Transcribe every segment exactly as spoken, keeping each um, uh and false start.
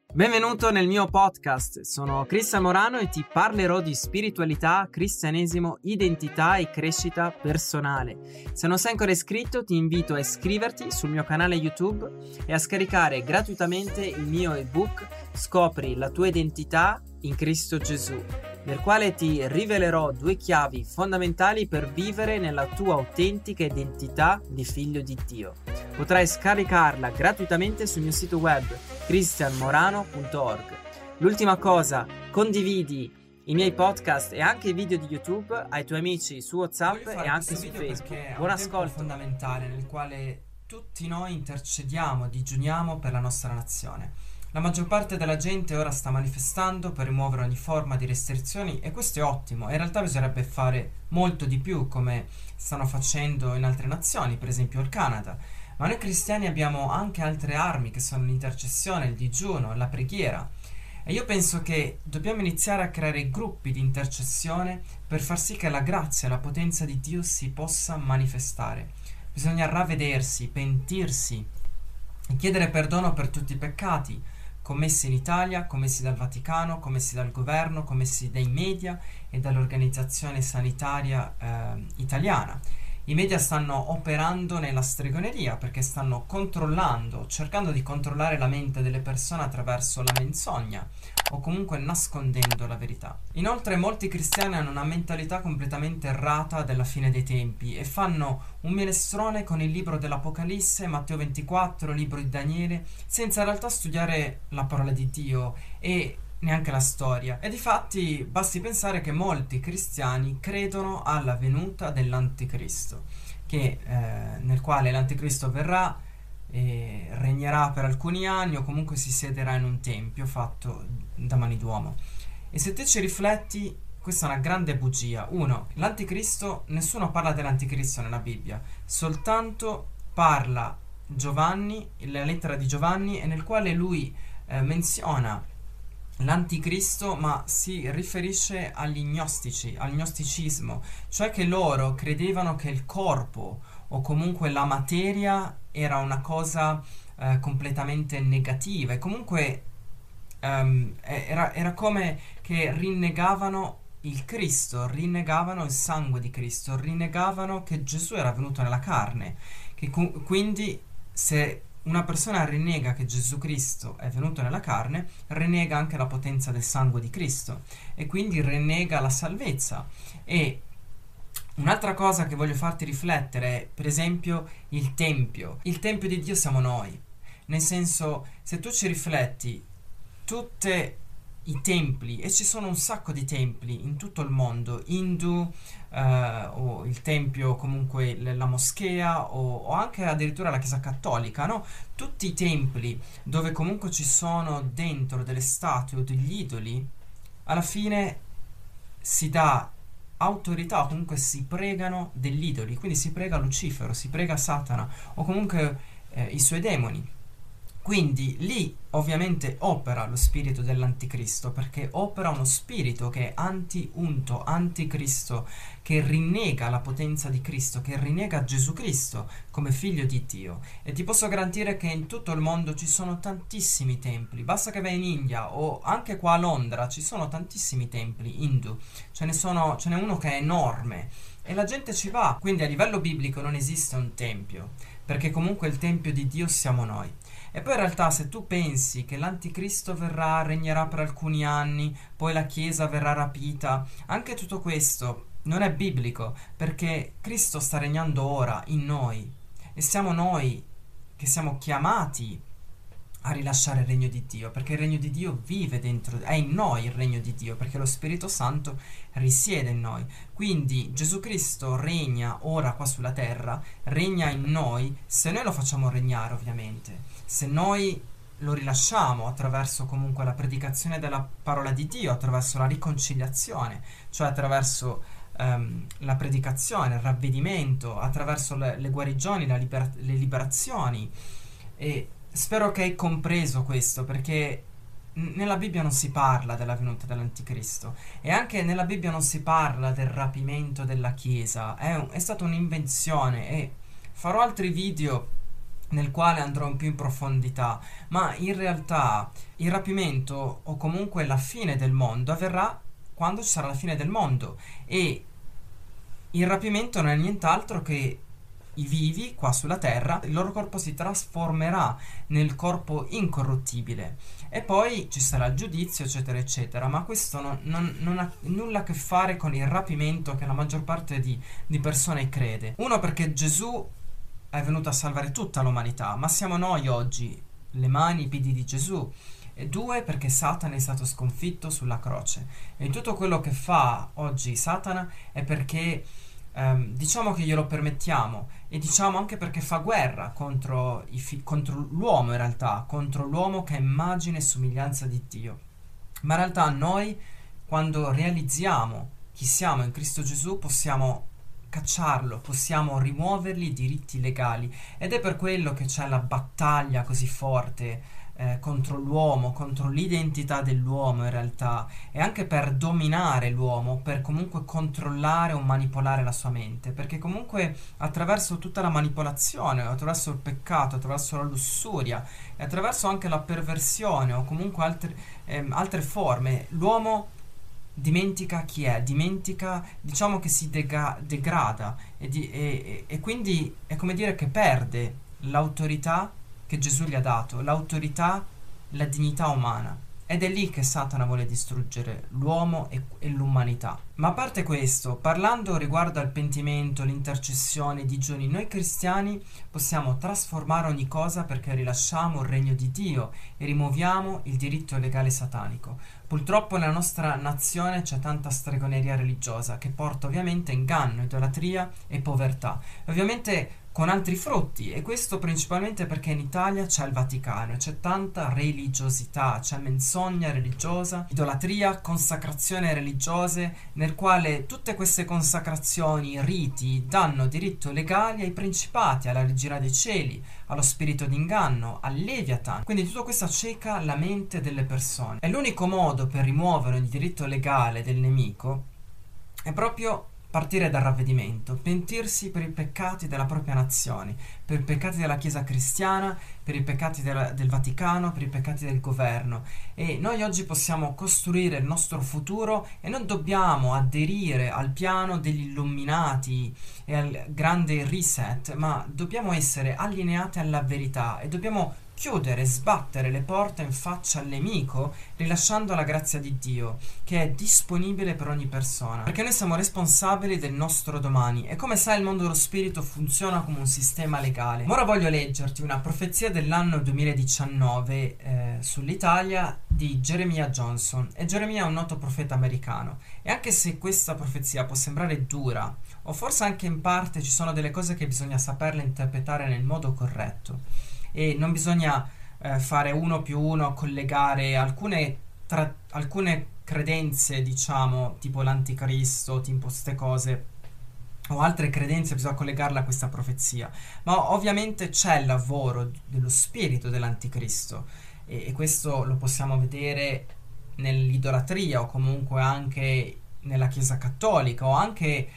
Benvenuto nel mio podcast, sono Cristian Morano e ti parlerò di spiritualità, cristianesimo, identità e crescita personale. Se non sei ancora iscritto ti invito a iscriverti sul mio canale YouTube e a scaricare gratuitamente il mio ebook Scopri la tua identità in Cristo Gesù, nel quale ti rivelerò due chiavi fondamentali per vivere nella tua autentica identità di figlio di Dio. Potrai scaricarla gratuitamente sul mio sito web cristian morano punto org. L'ultima cosa, condividi i miei podcast e anche i video di YouTube ai tuoi amici su WhatsApp e anche su Facebook. Buon ascolto. È fondamentale nel quale tutti noi intercediamo, digiuniamo per la nostra nazione. La maggior parte della gente ora sta manifestando per rimuovere ogni forma di restrizioni e questo è ottimo. In realtà bisognerebbe fare molto di più, come stanno facendo in altre nazioni, per esempio il Canada. Ma noi cristiani abbiamo anche altre armi che sono l'intercessione, il digiuno, la preghiera. E io penso che dobbiamo iniziare a creare gruppi di intercessione per far sì che la grazia e la potenza di Dio si possa manifestare. Bisogna ravvedersi, pentirsi e chiedere perdono per tutti i peccati commessi in Italia, commessi dal Vaticano, commessi dal governo, commessi dai media e dall'organizzazione sanitaria eh, italiana. I media stanno operando nella stregoneria perché stanno controllando, cercando di controllare la mente delle persone attraverso la menzogna o comunque nascondendo la verità. Inoltre molti cristiani hanno una mentalità completamente errata della fine dei tempi e fanno un minestrone con il libro dell'Apocalisse, Matteo ventiquattro, libro di Daniele, senza in realtà studiare la parola di Dio e neanche la storia. E difatti basti pensare che molti cristiani credono alla venuta dell'anticristo, che, eh, nel quale l'anticristo verrà e regnerà per alcuni anni o comunque si siederà in un tempio fatto da mani d'uomo. E se te ci rifletti, questa è una grande bugia. Uno, l'anticristo, nessuno parla dell'anticristo nella Bibbia, soltanto parla Giovanni, la lettera di Giovanni, e nel quale lui eh, menziona l'anticristo, ma si riferisce agli gnostici, al gnosticismo, cioè che loro credevano che il corpo o comunque la materia era una cosa eh, completamente negativa e comunque um, era, era come che rinnegavano il Cristo, rinnegavano il sangue di Cristo, rinnegavano che Gesù era venuto nella carne, che cu- quindi se una persona rinnega che Gesù Cristo è venuto nella carne, rinnega anche la potenza del sangue di Cristo e quindi rinnega la salvezza. E un'altra cosa che voglio farti riflettere è, per esempio, il Tempio. Il Tempio di Dio siamo noi. Nel senso, se tu ci rifletti, tutti i templi, e ci sono un sacco di templi in tutto il mondo, Hindu, eh, o il tempio, comunque la moschea, o, o anche addirittura la Chiesa Cattolica, no? Tutti i templi dove comunque ci sono dentro delle statue o degli idoli, alla fine si dà autorità o comunque si pregano degli idoli, quindi si prega Lucifero, si prega Satana o comunque eh, i suoi demoni. Quindi lì ovviamente opera lo spirito dell'anticristo, perché opera uno spirito che è anti-unto, anticristo, che rinnega la potenza di Cristo, che rinnega Gesù Cristo come figlio di Dio. E ti posso garantire che in tutto il mondo ci sono tantissimi templi, basta che vai in India o anche qua a Londra ci sono tantissimi templi Hindu, ce ne sono, ce n'è uno che è enorme e la gente ci va. Quindi a livello biblico non esiste un tempio, perché comunque il tempio di Dio siamo noi. E poi in realtà se tu pensi che l'anticristo verrà, regnerà per alcuni anni, poi la chiesa verrà rapita, anche tutto questo non è biblico, perché Cristo sta regnando ora in noi e siamo noi che siamo chiamati a rilasciare il regno di Dio, perché il regno di Dio vive dentro, è in noi il regno di Dio, perché lo Spirito Santo risiede in noi. Quindi Gesù Cristo regna ora qua sulla terra, regna in noi, se noi lo facciamo regnare ovviamente, se noi lo rilasciamo attraverso comunque la predicazione della parola di Dio, attraverso la riconciliazione, cioè attraverso um, la predicazione, il ravvedimento, attraverso le, le guarigioni, la libera- le liberazioni. E spero che hai compreso questo, perché n- nella Bibbia non si parla della venuta dell'anticristo e anche nella Bibbia non si parla del rapimento della Chiesa, è, un- è stata un'invenzione e farò altri video nel quale andrò più in profondità, ma in realtà il rapimento o comunque la fine del mondo avverrà quando ci sarà la fine del mondo, e il rapimento non è nient'altro che i vivi qua sulla terra, il loro corpo si trasformerà nel corpo incorruttibile e poi ci sarà il giudizio, eccetera eccetera, ma questo non, non, non ha nulla a che fare con il rapimento che la maggior parte di, di persone crede. Uno, perché Gesù è venuto a salvare tutta l'umanità, ma siamo noi oggi le mani, i piedi di Gesù. E due, perché Satana è stato sconfitto sulla croce, e tutto quello che fa oggi Satana è perché ehm, diciamo che glielo permettiamo, e diciamo anche perché fa guerra contro, i fi- contro l'uomo, in realtà contro l'uomo che è immagine e somiglianza di Dio. Ma in realtà noi, quando realizziamo chi siamo in Cristo Gesù, possiamo cacciarlo, possiamo rimuovergli i diritti legali, ed è per quello che c'è la battaglia così forte eh, contro l'uomo, contro l'identità dell'uomo in realtà, e anche per dominare l'uomo, per comunque controllare o manipolare la sua mente, perché comunque attraverso tutta la manipolazione, attraverso il peccato, attraverso la lussuria e attraverso anche la perversione o comunque altre, ehm, altre forme, l'uomo dimentica chi è, dimentica, diciamo che si dega- degrada e, di, e, e quindi è come dire che perde l'autorità che Gesù gli ha dato, l'autorità, la dignità umana. Ed è lì che Satana vuole distruggere l'uomo e, e l'umanità. Ma a parte questo, parlando riguardo al pentimento, l'intercessione, i digiuni, noi cristiani possiamo trasformare ogni cosa perché rilasciamo il regno di Dio e rimuoviamo il diritto legale satanico. Purtroppo nella nostra nazione c'è tanta stregoneria religiosa che porta ovviamente inganno, idolatria e povertà. Ovviamente con altri frutti, e questo principalmente perché in Italia c'è il Vaticano e c'è tanta religiosità, c'è menzogna religiosa, idolatria, consacrazione religiose, nel quale tutte queste consacrazioni, riti, danno diritto legale ai principati, alla regina dei cieli, allo spirito d'inganno, al Leviathan. Quindi tutto questo cieca la mente delle persone. E l'unico modo per rimuovere il diritto legale del nemico è proprio partire dal ravvedimento, pentirsi per i peccati della propria nazione, per i peccati della Chiesa cristiana, per i peccati della, del Vaticano, per i peccati del governo. E noi oggi possiamo costruire il nostro futuro e non dobbiamo aderire al piano degli illuminati e al grande reset, ma dobbiamo essere allineati alla verità e dobbiamo chiudere, sbattere le porte in faccia al nemico, rilasciando la grazia di Dio, che è disponibile per ogni persona. Perché noi siamo responsabili del nostro domani, e come sai il mondo dello spirito funziona come un sistema legale. Ora voglio leggerti una profezia dell'anno duemiladiciannove eh, sull'Italia di Jeremiah Johnson. E Jeremiah è un noto profeta americano, e anche se questa profezia può sembrare dura, o forse anche in parte ci sono delle cose che bisogna saperle interpretare nel modo corretto, e non bisogna eh, fare uno più uno, collegare alcune, tra, alcune credenze, diciamo, tipo l'anticristo, tipo queste cose, o altre credenze bisogna collegarle a questa profezia. Ma ovviamente c'è il lavoro dello spirito dell'anticristo, e, e questo lo possiamo vedere nell'idolatria, o comunque anche nella Chiesa cattolica, o anche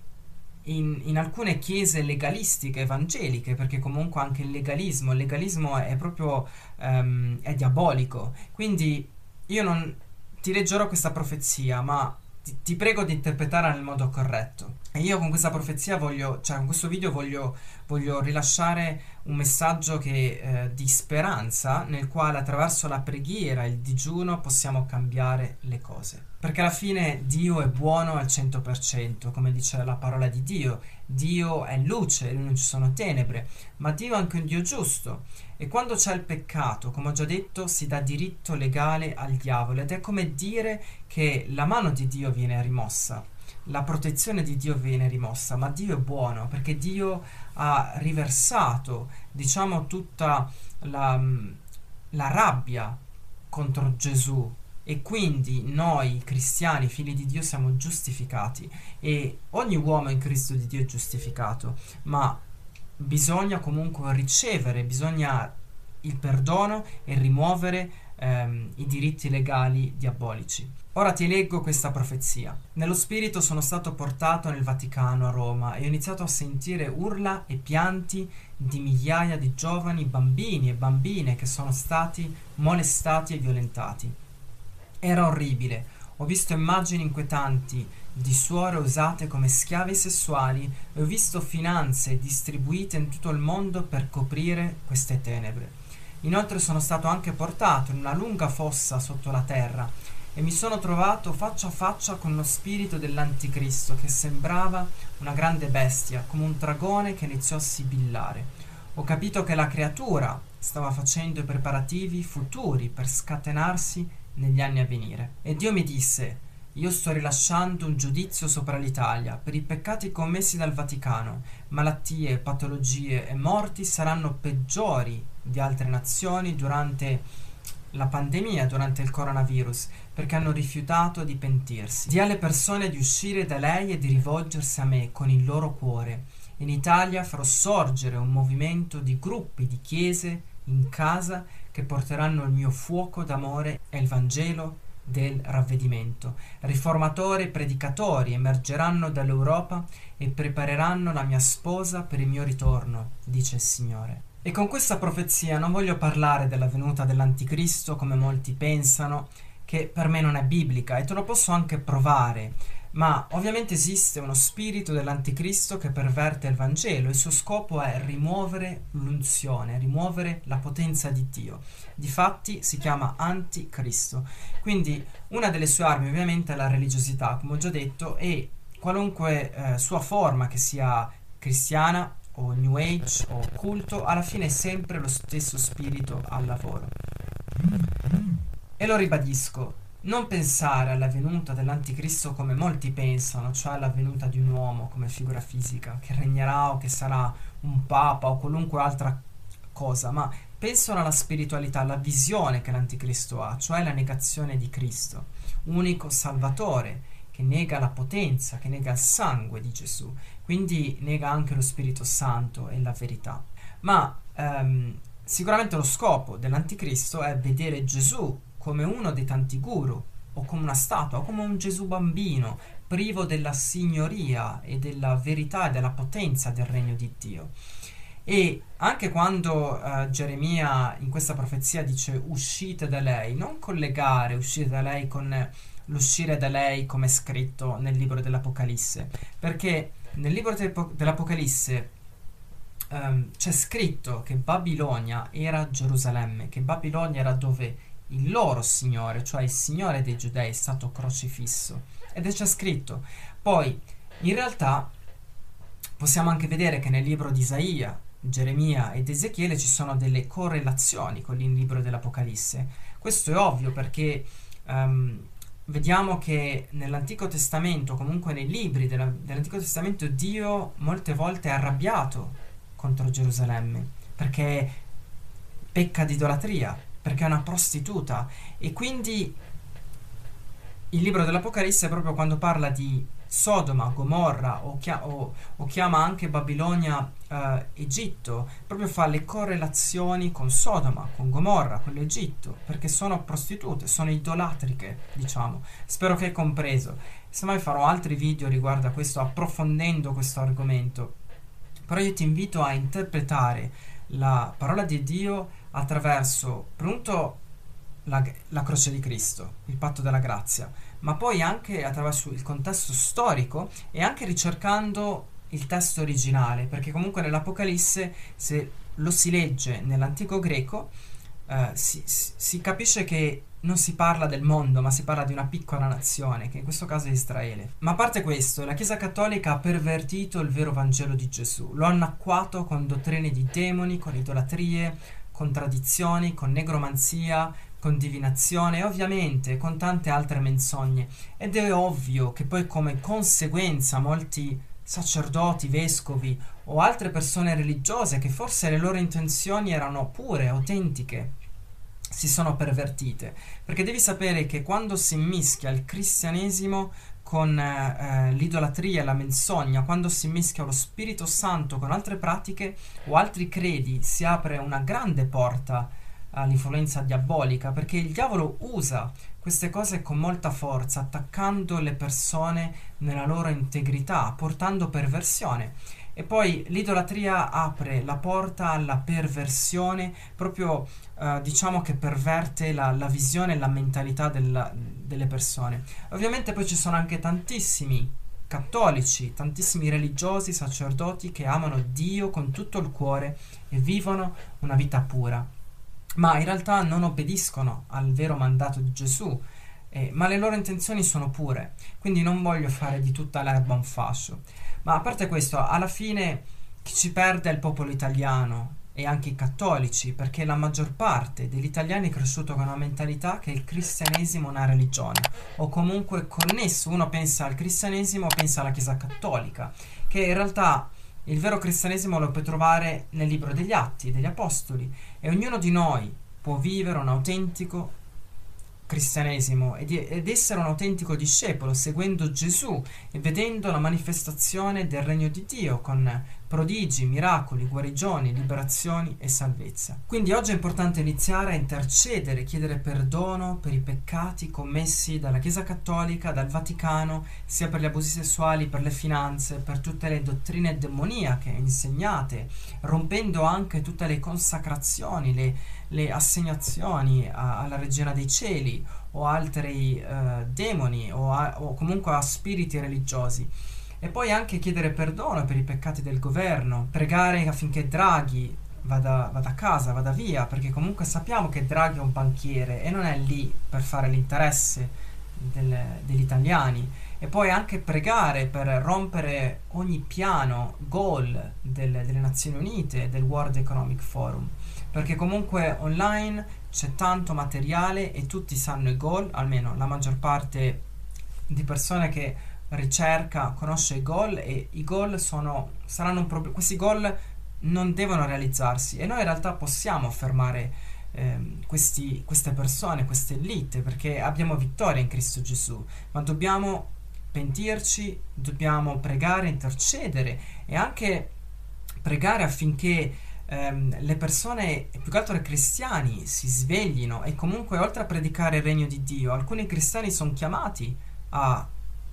In, in alcune chiese legalistiche evangeliche, perché comunque anche il legalismo il legalismo è proprio um, è diabolico. Quindi io non ti leggerò questa profezia, ma ti, ti prego di interpretarla nel modo corretto. E io con questa profezia voglio, cioè con questo video voglio, voglio rilasciare un messaggio che, eh, di speranza, nel quale attraverso la preghiera e il digiuno possiamo cambiare le cose. Perché alla fine Dio è buono al cento per cento, come dice la parola di Dio. Dio è luce, non ci sono tenebre, ma Dio è anche un Dio giusto. E quando c'è il peccato, come ho già detto, si dà diritto legale al diavolo, ed è come dire che la mano di Dio viene rimossa, la protezione di Dio viene rimossa, ma Dio è buono perché Dio ha riversato, diciamo, tutta la, la rabbia contro Gesù, e quindi noi cristiani, figli di Dio, siamo giustificati, e ogni uomo in Cristo di Dio è giustificato, ma bisogna comunque ricevere, bisogna il perdono e rimuovere ehm, i diritti legali diabolici. Ora ti leggo questa profezia. Nello spirito sono stato portato nel Vaticano a Roma e ho iniziato a sentire urla e pianti di migliaia di giovani, bambini e bambine che sono stati molestati e violentati. Era orribile. Ho visto immagini inquietanti di suore usate come schiavi sessuali e ho visto finanze distribuite in tutto il mondo per coprire queste tenebre. Inoltre sono stato anche portato in una lunga fossa sotto la terra e mi sono trovato faccia a faccia con lo spirito dell'anticristo che sembrava una grande bestia, come un dragone che iniziò a sibillare. Ho capito che la creatura stava facendo i preparativi futuri per scatenarsi negli anni a venire. E Dio mi disse: io sto rilasciando un giudizio sopra l'Italia per i peccati commessi dal Vaticano. Malattie, patologie e morti saranno peggiori di altre nazioni durante la pandemia, durante il coronavirus, perché hanno rifiutato di pentirsi. Dì alle persone di uscire da lei e di rivolgersi a me con il loro cuore. In Italia farò sorgere un movimento di gruppi di chiese in casa che porteranno il mio fuoco d'amore e il Vangelo del ravvedimento. Riformatori e predicatori emergeranno dall'Europa e prepareranno la mia sposa per il mio ritorno, dice il Signore. E con questa profezia non voglio parlare della venuta dell'anticristo come molti pensano, che per me non è biblica, e te lo posso anche provare, ma ovviamente esiste uno spirito dell'anticristo che perverte il Vangelo. Il suo scopo è rimuovere l'unzione, rimuovere la potenza di Dio. Difatti si chiama anticristo. Quindi una delle sue armi ovviamente è la religiosità, come ho già detto, e qualunque eh, sua forma, che sia cristiana o New Age o culto, alla fine è sempre lo stesso spirito al lavoro. E lo ribadisco, non pensare alla venuta dell'anticristo come molti pensano, cioè alla venuta di un uomo come figura fisica, che regnerà o che sarà un papa o qualunque altra cosa, ma pensano alla spiritualità, alla visione che l'anticristo ha, cioè la negazione di Cristo, unico salvatore, che nega la potenza, che nega il sangue di Gesù, quindi nega anche lo Spirito Santo e la verità. Ma ehm, sicuramente lo scopo dell'anticristo è vedere Gesù come uno dei tanti guru, o come una statua, o come un Gesù bambino, privo della signoria e della verità e della potenza del regno di Dio. E anche quando uh, Geremia in questa profezia dice uscite da lei, non collegare uscite da lei con l'uscire da lei come è scritto nel libro dell'Apocalisse, perché nel libro dell'Apocalisse um, c'è scritto che Babilonia era Gerusalemme, che Babilonia era dove il loro Signore, cioè il Signore dei Giudei, è stato crocifisso. Ed c'è scritto. Poi, in realtà, possiamo anche vedere che nel libro di Isaia, Geremia ed Ezechiele ci sono delle correlazioni con il libro dell'Apocalisse. Questo è ovvio perché um, vediamo che nell'Antico Testamento, comunque nei libri della, dell'Antico Testamento, Dio molte volte è arrabbiato contro Gerusalemme, perché pecca di idolatria, perché è una prostituta, e quindi il libro dell'Apocalisse, proprio quando parla di Sodoma, Gomorra o, chia- o, o chiama anche Babilonia eh, Egitto, proprio fa le correlazioni con Sodoma, con Gomorra, con l'Egitto, perché sono prostitute, sono idolatriche, diciamo. Spero che hai compreso. Se mai farò altri video riguardo a questo, approfondendo questo argomento, però io ti invito a interpretare la parola di Dio attraverso, appunto, la, la croce di Cristo, il patto della grazia, ma poi anche attraverso il contesto storico e anche ricercando il testo originale, perché comunque nell'Apocalisse, se lo si legge nell'antico greco, eh, si, si, si capisce che non si parla del mondo, ma si parla di una piccola nazione, che in questo caso è Israele. Ma a parte questo, la Chiesa Cattolica ha pervertito il vero Vangelo di Gesù, lo ha annacquato con dottrine di demoni, con idolatrie, con tradizioni, con negromanzia, con divinazione e ovviamente con tante altre menzogne. Ed è ovvio che poi come conseguenza molti sacerdoti, vescovi o altre persone religiose, che forse le loro intenzioni erano pure, autentiche, si sono pervertite. Perché devi sapere che quando si mischia il cristianesimo con eh, l'idolatria e la menzogna, quando si mischia lo Spirito Santo con altre pratiche o altri credi, si apre una grande porta all'influenza diabolica, perché il diavolo usa queste cose con molta forza, attaccando le persone nella loro integrità, portando perversione. E poi l'idolatria apre la porta alla perversione, proprio eh, diciamo che perverte la, la visione e la mentalità della, delle persone. Ovviamente poi ci sono anche tantissimi cattolici, tantissimi religiosi, sacerdoti che amano Dio con tutto il cuore e vivono una vita pura, ma in realtà non obbediscono al vero mandato di Gesù, eh, ma le loro intenzioni sono pure. Quindi non voglio fare di tutta l'erba un fascio. Ma a parte questo, alla fine chi ci perde è il popolo italiano e anche i cattolici, perché la maggior parte degli italiani è cresciuto con una mentalità che il cristianesimo è una religione, o comunque connesso. Uno pensa al cristianesimo, pensa alla Chiesa cattolica, che in realtà il vero cristianesimo lo puoi trovare nel libro degli Atti, degli Apostoli, e ognuno di noi può vivere un autentico cristianesimo ed, ed essere un autentico discepolo, seguendo Gesù e vedendo la manifestazione del regno di Dio con prodigi, miracoli, guarigioni, liberazioni e salvezza. Quindi oggi è importante iniziare a intercedere, chiedere perdono per i peccati commessi dalla Chiesa Cattolica, dal Vaticano, sia per gli abusi sessuali, per le finanze, per tutte le dottrine demoniache insegnate, rompendo anche tutte le consacrazioni, le, le assegnazioni a, alla Regina dei Cieli o altri eh, demoni o, a, o comunque a spiriti religiosi. E poi anche chiedere perdono per i peccati del governo, pregare affinché Draghi vada, vada a casa, vada via, perché comunque sappiamo che Draghi è un banchiere e non è lì per fare l'interesse del, degli italiani. E poi anche pregare per rompere ogni piano, goal del, delle Nazioni Unite, del World Economic Forum, perché comunque online c'è tanto materiale e tutti sanno i goal, almeno la maggior parte di persone che ricerca conosce i goal, e i goal sono saranno un problema. Questi goal non devono realizzarsi e noi in realtà possiamo fermare ehm, questi, queste persone, queste elite, perché abbiamo vittoria in Cristo Gesù, ma dobbiamo pentirci, dobbiamo pregare, intercedere e anche pregare affinché ehm, le persone, più che altro i cristiani, si sveglino. E comunque, oltre a predicare il regno di Dio, alcuni cristiani sono chiamati a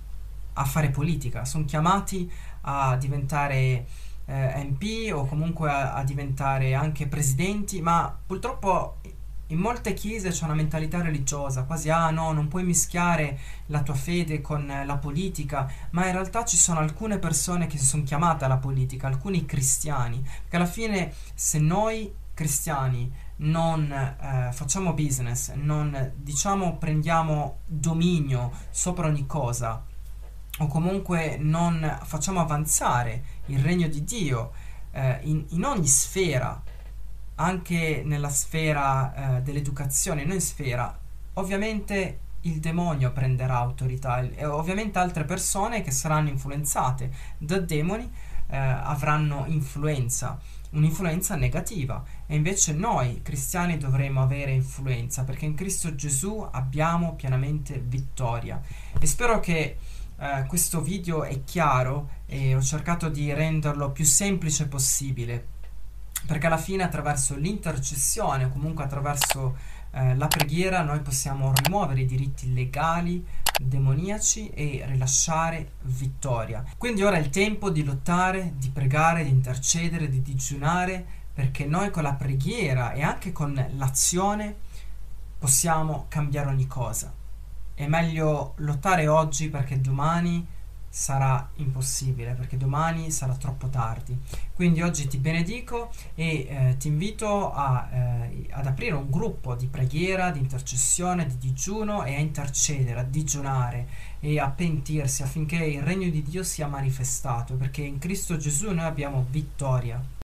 a fare politica, sono chiamati a diventare eh, M P o comunque a, a diventare anche presidenti, ma purtroppo in molte chiese c'è una mentalità religiosa, quasi ah no, non puoi mischiare la tua fede con la politica, ma in realtà ci sono alcune persone che si sono chiamate alla politica, alcuni cristiani, perché alla fine se noi cristiani non eh, facciamo business, non diciamo prendiamo dominio sopra ogni cosa, o comunque non facciamo avanzare il regno di Dio eh, in, in ogni sfera, anche nella sfera eh, dell'educazione, in ogni sfera, ovviamente il demonio prenderà autorità e ovviamente altre persone che saranno influenzate da demoni eh, avranno influenza, un'influenza negativa, e invece noi cristiani dovremo avere influenza, perché in Cristo Gesù abbiamo pienamente vittoria. E spero che Uh, questo video è chiaro e ho cercato di renderlo più semplice possibile, perché alla fine attraverso l'intercessione o comunque attraverso uh, la preghiera noi possiamo rimuovere i diritti legali demoniaci e rilasciare vittoria. Quindi ora è il tempo di lottare, di pregare, di intercedere, di digiunare, perché noi con la preghiera e anche con l'azione possiamo cambiare ogni cosa. È meglio lottare oggi, perché domani sarà impossibile, perché domani sarà troppo tardi. Quindi oggi ti benedico e eh, ti invito a, eh, ad aprire un gruppo di preghiera, di intercessione, di digiuno, e a intercedere, a digiunare e a pentirsi affinché il regno di Dio sia manifestato, perché in Cristo Gesù noi abbiamo vittoria.